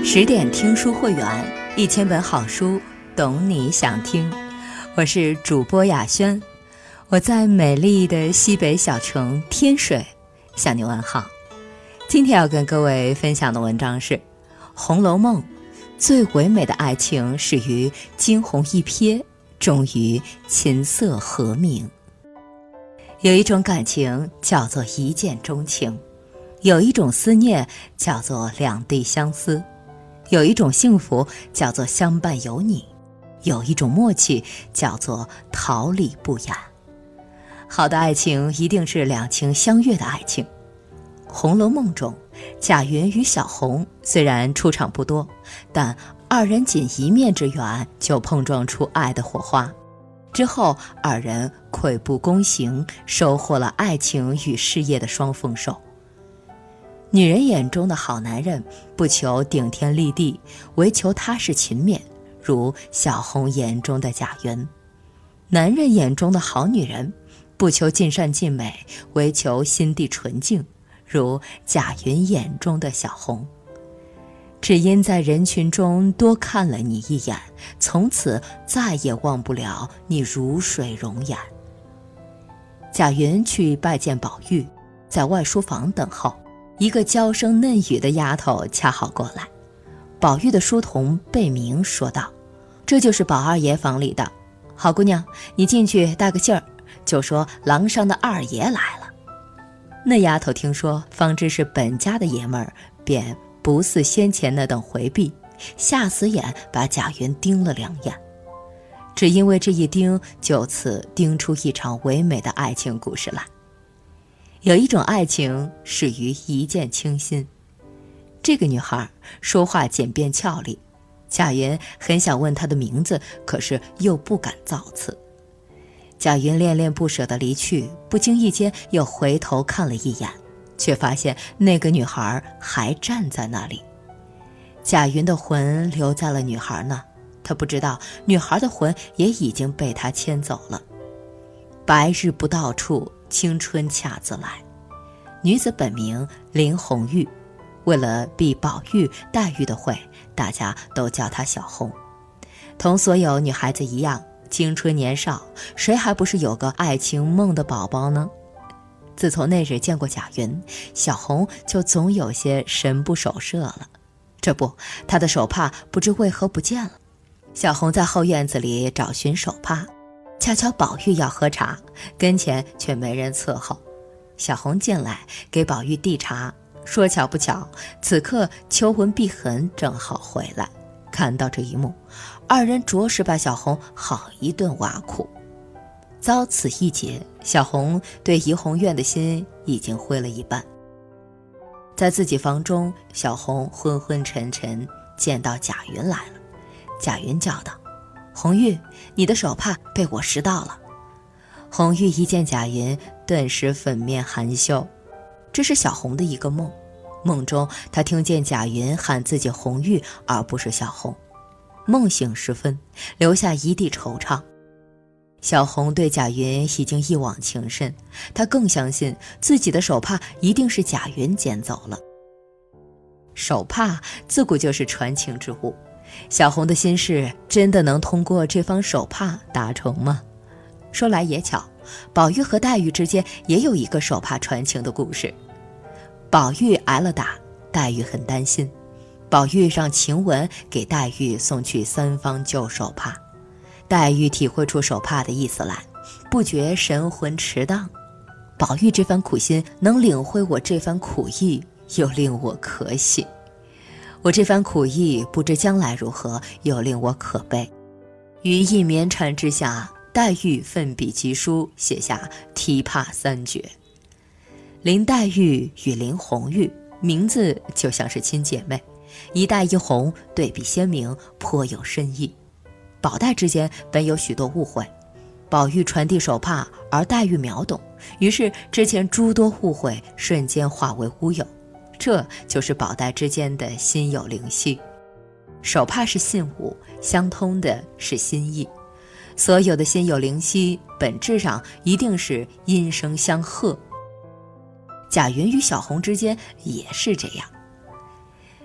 10点听书会员，1000本好书，懂你想听。我是主播雅轩，我在美丽的西北小城天水向你问好。今天要跟各位分享的文章是《红楼梦》，最唯美的爱情始于惊鸿一瞥，终于琴瑟和鸣。有一种感情叫做一见钟情，有一种思念叫做两地相思，有一种幸福叫做相伴有你，有一种默契叫做桃李不言。好的爱情一定是两情相悦的爱情。《红楼梦》中，贾云与小红虽然出场不多，但二人仅一面之缘就碰撞出爱的火花。之后二人跬步躬行，收获了爱情与事业的双丰收。女人眼中的好男人不求顶天立地，唯求踏实勤勉，如小红眼中的贾云；男人眼中的好女人不求尽善尽美，唯求心地纯净，如贾云眼中的小红。只因在人群中多看了你一眼，从此再也忘不了你如水容颜。贾云去拜见宝玉，在外书房等候，一个娇声嫩语的丫头恰好过来。宝玉的书童贝明说道：“这就是宝二爷房里的，好姑娘，你进去带个信儿，就说廊上的二爷来了。”那丫头听说方知是本家的爷们儿，便不似先前那等回避，下死眼把贾云盯了2眼。只因为这一盯，就此盯出一场唯美的爱情故事来。有一种爱情始于一见倾心。这个女孩说话简便俏丽，贾云很想问她的名字，可是又不敢造次。贾云恋恋不舍地离去，不经意间又回头看了一眼，却发现那个女孩还站在那里。贾云的魂留在了女孩那，他不知道女孩的魂也已经被他牵走了。白日不到处，青春恰自来。女子本名林红玉，为了避宝玉、黛玉的讳，大家都叫她小红。同所有女孩子一样，青春年少，谁还不是有个爱情梦的宝宝呢？自从那日见过贾云，小红就总有些神不守舍了。这不，她的手帕不知为何不见了。小红在后院子里找寻手帕，恰巧宝玉要喝茶，跟前却没人伺候。小红进来给宝玉递茶，说巧不巧，此刻秋纹碧痕正好回来，看到这一幕，二人着实把小红好一顿挖苦。遭此一劫，小红对怡红院的心已经灰了一半。在自己房中，小红昏昏沉沉，见到贾云来了。贾云叫道：“红玉，你的手帕被我拾到了。”红玉一见贾云，顿时粉面含羞。这是小红的一个梦，梦中她听见贾云喊自己红玉，而不是小红。梦醒时分，留下一地惆怅。小红对贾云已经一往情深，她更相信自己的手帕一定是贾云捡走了。手帕自古就是传情之物，小红的心事真的能通过这方手帕达成吗？说来也巧，宝玉和黛玉之间也有一个手帕传情的故事。宝玉挨了打，黛玉很担心，宝玉让晴雯给黛玉送去3方旧手帕。黛玉体会出手帕的意思来，不觉神魂驰荡。宝玉这番苦心能领会我这番苦意，又令我可喜。我这番苦意不知将来如何，又令我可悲。于一绵缠之下，黛玉奋笔疾书，写下题帕3绝。林黛玉与林红玉名字就像是亲姐妹，一黛一红，对比鲜明，颇有深意。宝黛之间本有许多误会，宝玉传递手帕，而黛玉秒懂，于是之前诸多误会瞬间化为乌有，这就是宝黛之间的心有灵犀。手帕是信物，相通的是心意。所有的心有灵犀，本质上一定是音声相和。贾云与小红之间也是这样。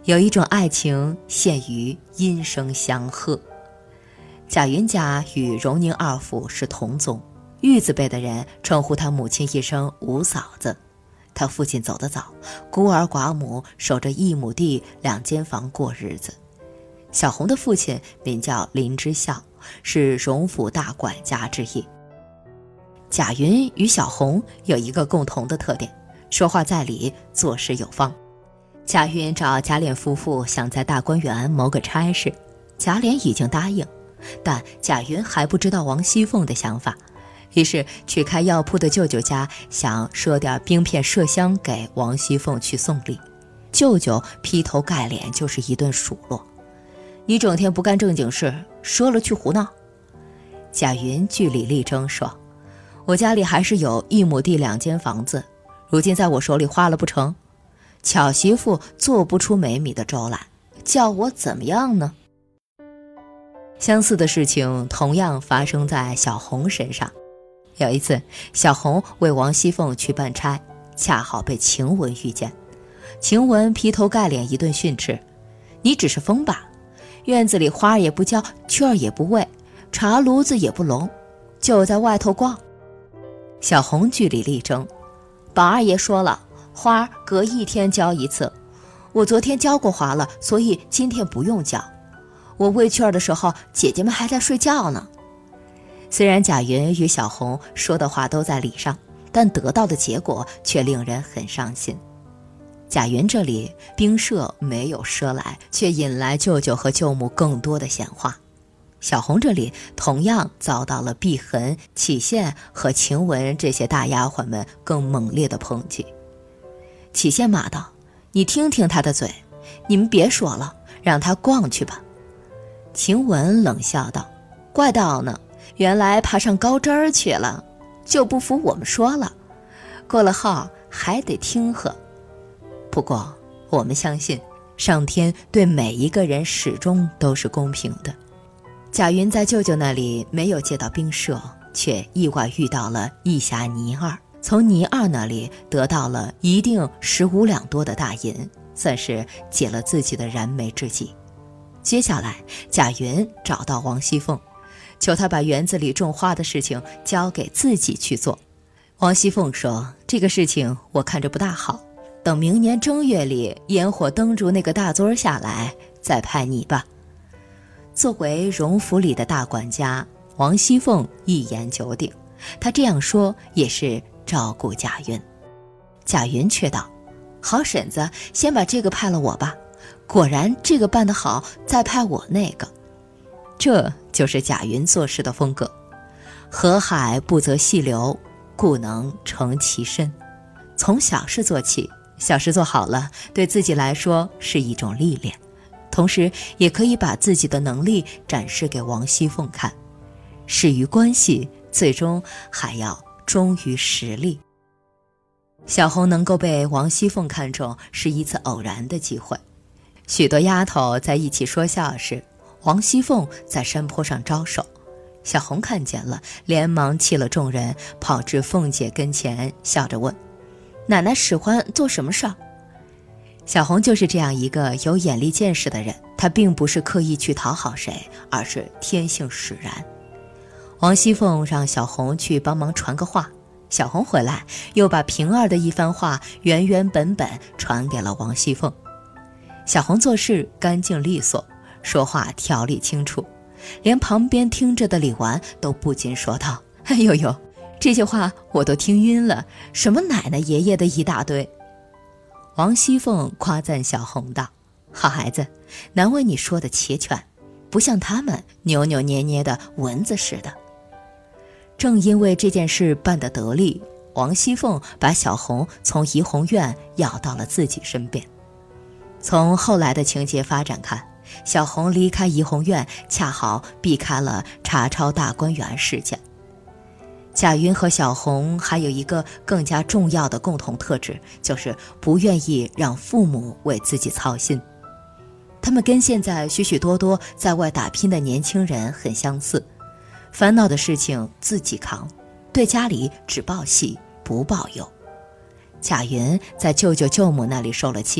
有一种爱情限于音声相和。贾云家与荣宁二府是同宗，玉字辈的人称呼他母亲一声吴嫂子。他父亲走得早，孤儿寡母守着1亩地2间房过日子。小红的父亲名叫林之孝，是荣府大管家之一。贾云与小红有一个共同的特点，说话在理，做事有方。贾云找贾琏夫妇想在大观园谋个差事，贾琏已经答应，但贾云还不知道王熙凤的想法，于是去开药铺的舅舅家，想赊点冰片麝香给王熙凤去送礼。舅舅劈头盖脸就是一顿数落：你整天不干正经事，赊了去胡闹。贾云据理力争说：我家里还是有1亩地2间房子，如今在我手里花了不成？巧媳妇做不出没米的粥来，叫我怎么样呢？相似的事情同样发生在小红身上。有一次，小红为王熙凤去办差，恰好被晴雯遇见。晴雯劈头盖脸一顿训斥：你只是疯吧？院子里花也不浇，雀儿也不喂，茶炉子也不笼，就在外头逛。小红据理力争：宝二爷说了，花隔1天浇一次，我昨天浇过花了，所以今天不用浇。我喂雀儿的时候，姐姐们还在睡觉呢。虽然贾云与小红说的话都在理上，但得到的结果却令人很伤心。贾云这里冰舍没有赊来，却引来舅舅和舅母更多的闲话。小红这里同样遭到了碧痕、启宪和晴雯这些大丫鬟们更猛烈的抨击。启宪骂道：你听听他的嘴，你们别说了，让他逛去吧。晴雯冷笑道：怪道呢，原来爬上高枝儿去了，就不服我们说了，过了号还得听喝。不过我们相信上天对每一个人始终都是公平的。贾云在舅舅那里没有借到冰舍，却意外遇到了义侠倪二，从倪二那里得到了一定15两多的大银，算是解了自己的燃眉之急。接下来贾云找到王熙凤，求他把园子里种花的事情交给自己去做。王熙凤说：这个事情我看着不大好，等明年正月里烟火灯烛那个大尊下来，再派你吧。作为荣府里的大管家，王熙凤一言九鼎，她这样说也是照顾贾云。贾云却道：好婶子，先把这个派了我吧，果然这个办得好，再派我那个。这就是贾云做事的风格，河海不择细流，故能成其深。从小事做起，小事做好了，对自己来说是一种历练，同时也可以把自己的能力展示给王熙凤看。始于关系，最终还要忠于实力。小红能够被王熙凤看中，是一次偶然的机会。许多丫头在一起说笑时，王熙凤在山坡上招手，小红看见了，连忙弃了众人，跑至凤姐跟前，笑着问：奶奶使唤做什么事儿？小红就是这样一个有眼力见识的人，她并不是刻意去讨好谁，而是天性使然。王熙凤让小红去帮忙传个话，小红回来又把平儿的一番话原原本本传给了王熙凤。小红做事干净利索，说话条理清楚，连旁边听着的李纨都不禁说道：哎呦呦，这些话我都听晕了，什么奶奶爷爷的一大堆。王熙凤夸赞小红道：好孩子，难为你说的齐全，不像他们扭扭捏捏的蚊子似的。正因为这件事办得得力，王熙凤把小红从怡红院要到了自己身边。从后来的情节发展看，小红离开怡红院，恰好避开了查抄大观园事件。贾云和小红还有一个更加重要的共同特质，就是不愿意让父母为自己操心。他们跟现在许许多多在外打拼的年轻人很相似，烦恼的事情自己扛，对家里只报喜不报忧。贾云在舅舅舅母那里受了气，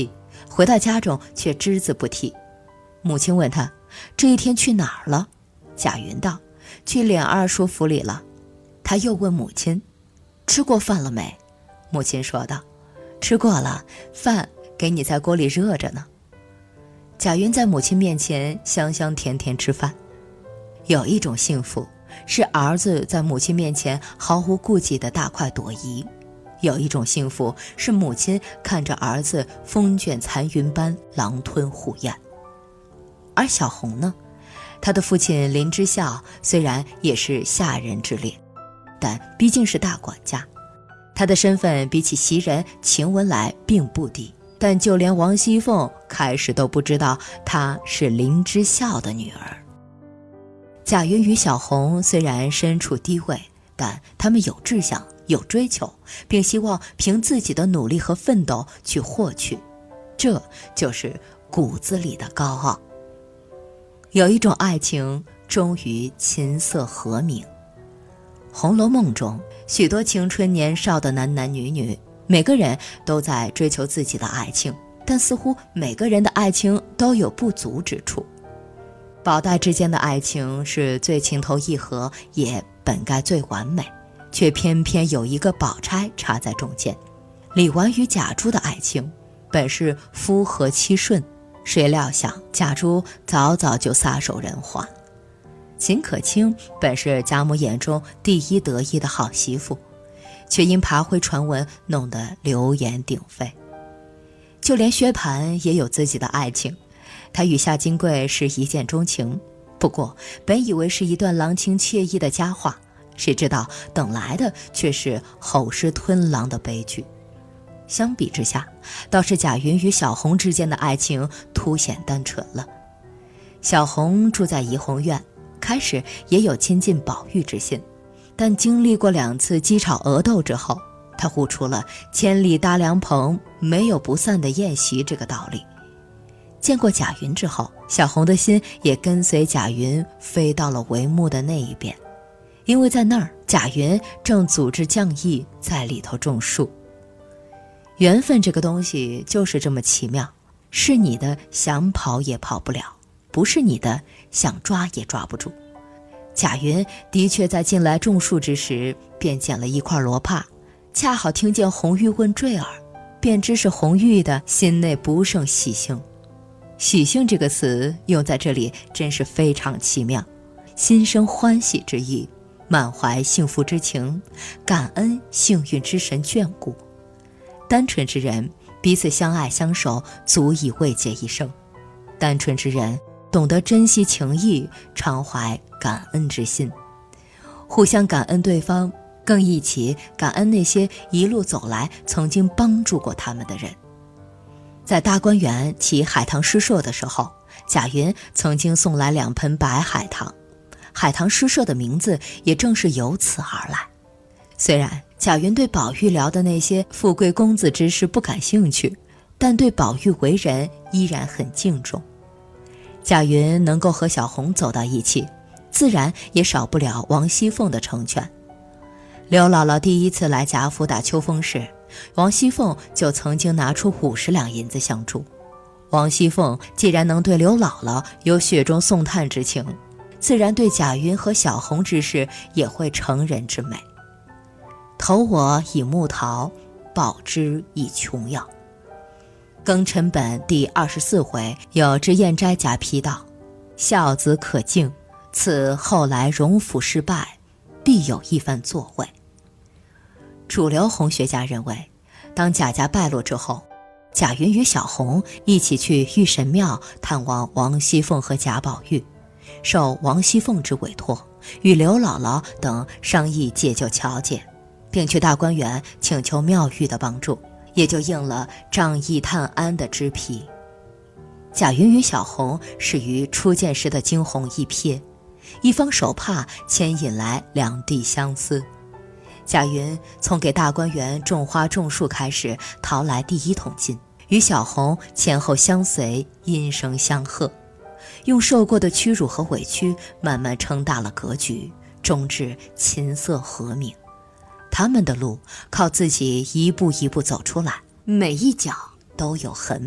回到家中却只字不提。母亲问他这一天去哪儿了，贾云道去琏二叔府里了。他又问母亲吃过饭了没，母亲说道吃过了，饭给你在锅里热着呢。贾云在母亲面前香香甜甜吃饭。有一种幸福是儿子在母亲面前毫无顾忌的大快朵颐，有一种幸福是母亲看着儿子风卷残云般狼吞虎咽。而小红呢，他的父亲林之孝虽然也是下人之列，但毕竟是大管家，他的身份比起袭人、秦雯来并不低，但就连王熙凤开始都不知道她是林之孝的女儿。贾云与小红虽然身处低位，但他们有志向，有追求，并希望凭自己的努力和奋斗去获取，这就是骨子里的高傲。有一种爱情终于琴瑟和鸣。《红楼梦》中许多青春年少的男男女女，每个人都在追求自己的爱情，但似乎每个人的爱情都有不足之处。宝黛之间的爱情是最情投意合，也本该最完美，却偏偏有一个宝钗插在中间。李纨与贾珠的爱情本是夫和妻顺，谁料想贾珠早早就撒手人寰。秦可卿本是贾母眼中第一得意的好媳妇，却因爬灰传闻弄得流言鼎沸。就连薛蟠也有自己的爱情，他与夏金桂是一见钟情，不过本以为是一段郎情妾意的佳话，谁知道等来的却是吼狮吞狼的悲剧。相比之下，倒是贾云与小红之间的爱情凸显单纯了。小红住在怡红院，开始也有亲近宝玉之心，但经历过2次鸡吵鹅斗之后，他悟出了千里搭凉棚，没有不散的宴席这个道理。见过贾云之后，小红的心也跟随贾云飞到了帷幕的那一边，因为在那儿贾云正组织将役在里头种树。缘分这个东西就是这么奇妙，是你的想跑也跑不了，不是你的想抓也抓不住。贾云的确在进来种树之时便捡了一块罗帕，恰好听见红玉问坠儿，便知是红玉的心内不胜喜庆。喜庆这个词用在这里真是非常奇妙，心生欢喜之意，满怀幸福之情，感恩幸运之神眷顾。单纯之人彼此相爱相守，足以慰藉一生。单纯之人懂得珍惜情谊，常怀感恩之心，互相感恩对方，更一起感恩那些一路走来曾经帮助过他们的人。在大观园起海棠诗社的时候，贾云曾经送来2盆白海棠，海棠诗社的名字也正是由此而来。虽然贾云对宝玉聊的那些富贵公子之事不感兴趣，但对宝玉为人依然很敬重。贾云能够和小红走到一起，自然也少不了王熙凤的成全。刘姥姥第一次来贾府打秋风时，王熙凤就曾经拿出50两银子相助。王熙凤既然能对刘姥姥有雪中送炭之情，自然对贾云和小红之事也会成人之美。投我以木桃，报之以琼瑶。庚辰本第24回有知燕斋贾批道：孝子可敬，此后来荣府失败，必有一番作为。主流红学家认为，当贾家败落之后，贾云与小红一起去玉神庙探望王熙凤和贾宝玉，受王熙凤之委托，与刘姥姥等商议解救乔姐，并去大观园请求妙玉的帮助，也就应了仗义探安的之批。贾云与小红始于初见时的惊鸿一瞥，一方手帕牵引来两地相思。贾云从给大观园种花种树开始淘来第1桶金，与小红前后相随，音声相和，用受过的屈辱和委屈慢慢撑大了格局，终至琴瑟和鸣。他们的路靠自己一步一步走出来，每一脚都有痕，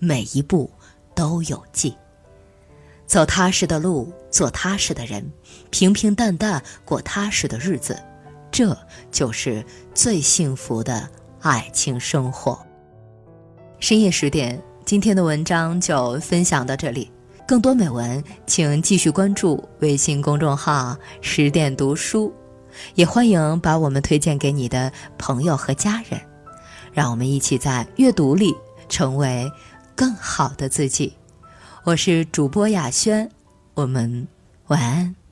每一步都有计。走踏实的路，做踏实的人，平平淡淡过踏实的日子，这就是最幸福的爱情生活。深夜10点，今天的文章就分享到这里。更多美文请继续关注微信公众号10点读书，也欢迎把我们推荐给你的朋友和家人，让我们一起在阅读里成为更好的自己。我是主播雅轩，我们晚安。